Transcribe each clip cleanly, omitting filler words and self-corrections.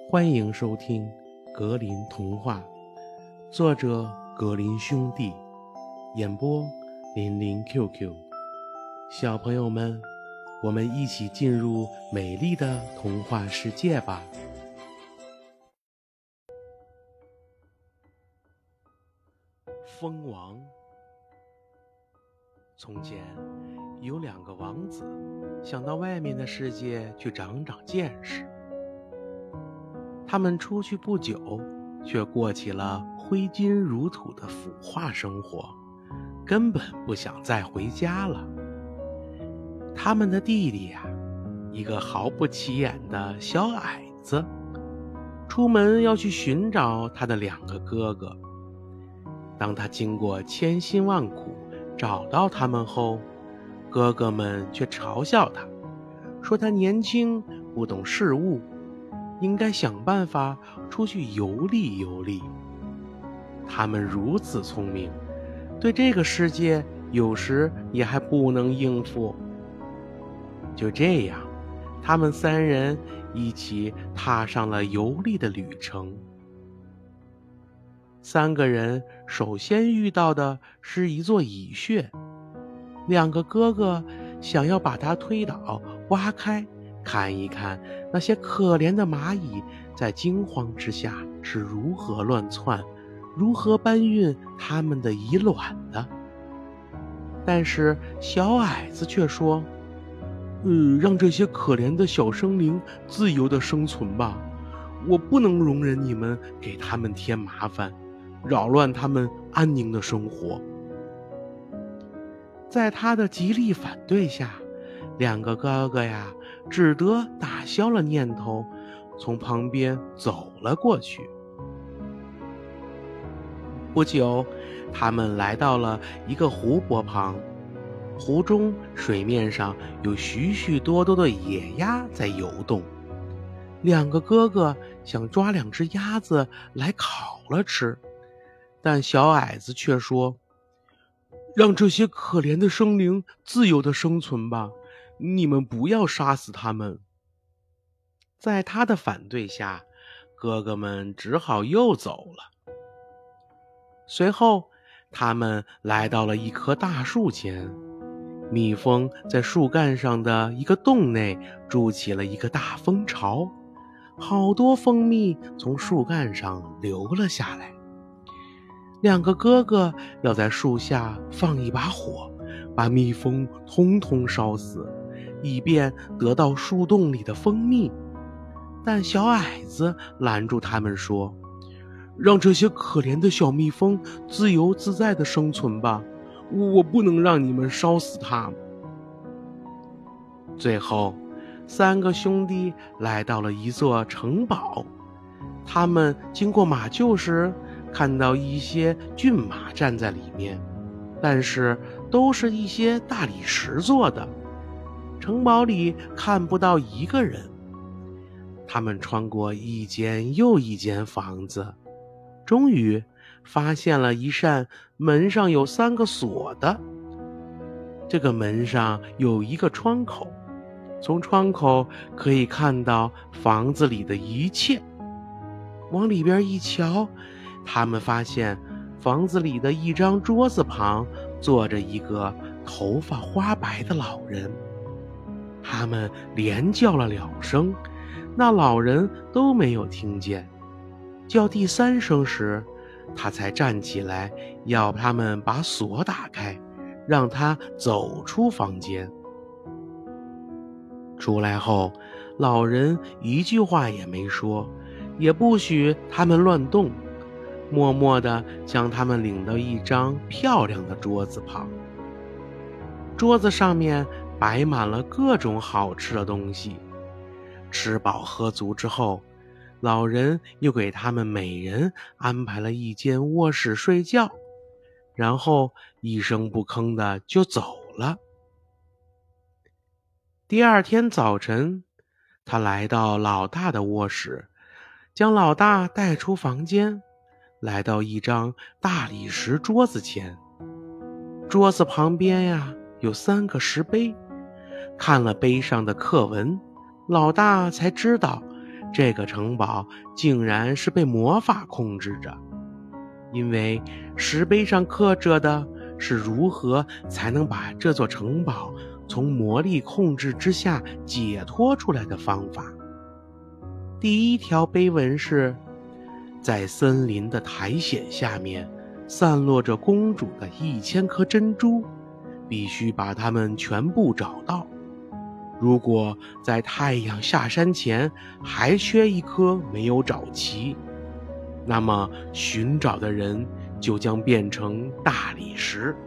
欢迎收听格林童话，作者格林兄弟，演播林林 QQ。 小朋友们，我们一起进入美丽的童话世界吧。蜂王。从前有2个王子，想到外面的世界去长长见识。他们出去不久，却过起了挥金如土的腐化生活，根本不想再回家了。他们的弟弟呀，一个毫不起眼的小矮子，出门要去寻找他的2个哥哥。当他经过千辛万苦找到他们后，哥哥们却嘲笑他，说他年轻不懂事物，应该想办法出去游历游历。他们如此聪明，对这个世界有时也还不能应付。就这样，他们3人一起踏上了游历的旅程。3个人首先遇到的是一座蚁穴，2个哥哥想要把它推倒挖开，看一看那些可怜的蚂蚁在惊慌之下是如何乱窜，如何搬运他们的蚁卵的。但是小矮子却说，让这些可怜的小生灵自由地生存吧，我不能容忍你们给他们添麻烦，扰乱他们安宁的生活。在他的极力反对下，2个哥哥呀，只得打消了念头，从旁边走了过去。不久，他们来到了一个湖泊旁，湖中水面上有许许多多的野鸭在游动。2个哥哥想抓2只鸭子来烤了吃，但小矮子却说，让这些可怜的生灵自由地生存吧，你们不要杀死他们。在他的反对下，哥哥们只好又走了。随后，他们来到了一棵大树前，蜜蜂在树干上的一个洞内筑起了一个大蜂巢，好多蜂蜜从树干上流了下来。2个哥哥要在树下放一把火，把蜜蜂通通烧死，以便得到树洞里的蜂蜜。但小矮子拦住他们说，让这些可怜的小蜜蜂自由自在地生存吧，我不能让你们烧死它们。最后3个兄弟来到了一座城堡，他们经过马厩时，看到一些骏马站在里面，但是都是一些大理石做的，城堡里看不到一个人。他们穿过一间又一间房子，终于发现了一扇门上有3个锁的。这个门上有一个窗口，从窗口可以看到房子里的一切。往里边一瞧，他们发现房子里的一张桌子旁坐着一个头发花白的老人。他们连叫了2声，那老人都没有听见。叫第3声时，他才站起来，要他们把锁打开，让他走出房间。出来后，老人一句话也没说，也不许他们乱动，默默地将他们领到一张漂亮的桌子旁。桌子上面摆满了各种好吃的东西。吃饱喝足之后，老人又给他们每人安排了一间卧室睡觉，然后一声不吭的就走了。第2天早晨，他来到老大的卧室，将老大带出房间，来到一张大理石桌子前。桌子旁边呀，有3个石碑，看了碑上的刻文，老大才知道这个城堡竟然是被魔法控制着，因为石碑上刻着的是如何才能把这座城堡从魔力控制之下解脱出来的方法。第一条碑文是：在森林的苔藓下面散落着公主的1000颗珍珠，必须把它们全部找到。如果在太阳下山前还缺一颗没有找齐，那么寻找的人就将变成大理石。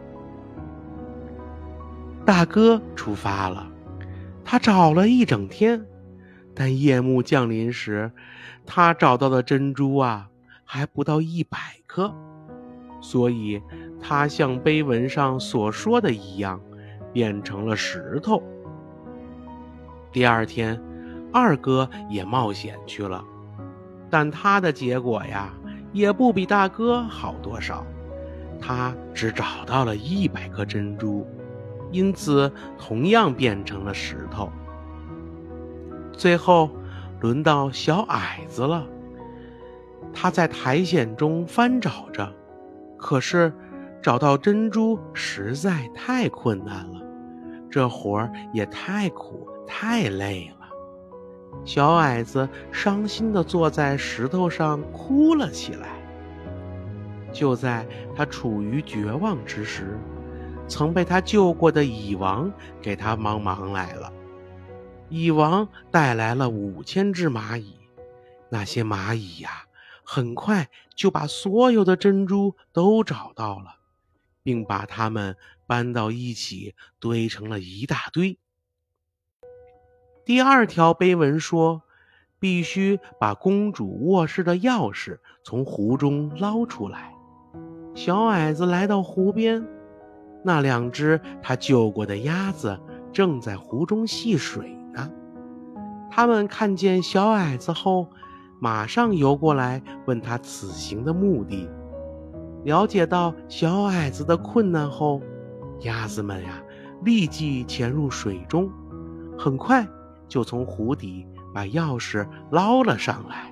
大哥出发了，他找了一整天，但夜幕降临时，他找到的珍珠还不到100颗，所以他像碑文上所说的一样，变成了石头。第二天，二哥也冒险去了，但他的结果也不比大哥好多少，他只找到了100颗珍珠，因此同样变成了石头。最后轮到小矮子了，他在苔藓中翻找着，可是找到珍珠实在太困难了，这活儿也太苦太累了。小矮子伤心地坐在石头上哭了起来。就在他处于绝望之时，曾被他救过的蚁王给他帮忙来了。蚁王带来了5000只蚂蚁，那些蚂蚁很快就把所有的珍珠都找到了，并把它们搬到一起堆成了一大堆。第二条碑文说，必须把公主卧室的钥匙从湖中捞出来。小矮子来到湖边，那2只他救过的鸭子正在湖中戏水呢。他们看见小矮子后，马上游过来问他此行的目的。了解到小矮子的困难后，鸭子们立即潜入水中，很快就从湖底把钥匙捞了上来。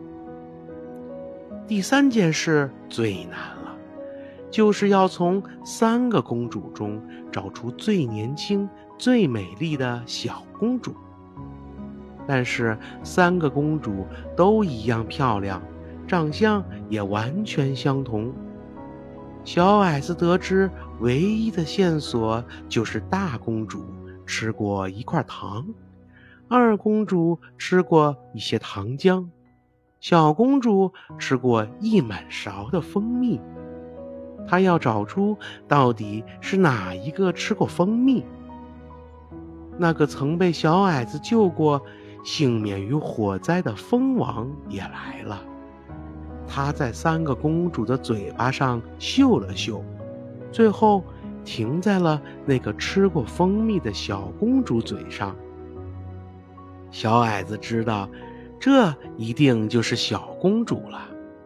第3件事最难了，就是要从3个公主中找出最年轻最美丽的小公主。但是3个公主都一样漂亮，长相也完全相同。小矮子得知唯一的线索就是大公主吃过一块糖，二公主吃过一些糖浆，小公主吃过1满勺的蜂蜜。她要找出到底是哪一个吃过蜂蜜。那个曾被小矮子救过幸免于火灾的蜂王也来了，他在3个公主的嘴巴上嗅了嗅，最后停在了那个吃过蜂蜜的小公主嘴上。小矮子知道，这一定就是小公主了。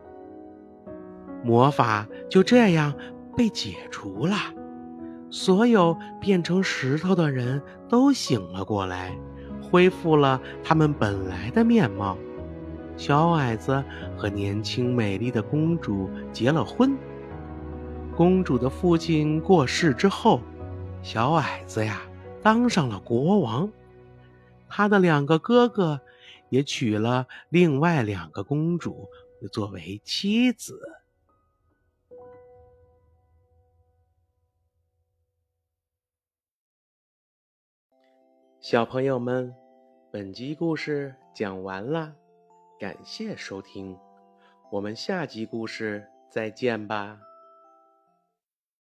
魔法就这样被解除了，所有变成石头的人都醒了过来，恢复了他们本来的面貌。小矮子和年轻美丽的公主结了婚。公主的父亲过世之后，小矮子当上了国王。他的2个哥哥也娶了另外2个公主作为妻子。小朋友们，本集故事讲完了，感谢收听，我们下集故事再见吧。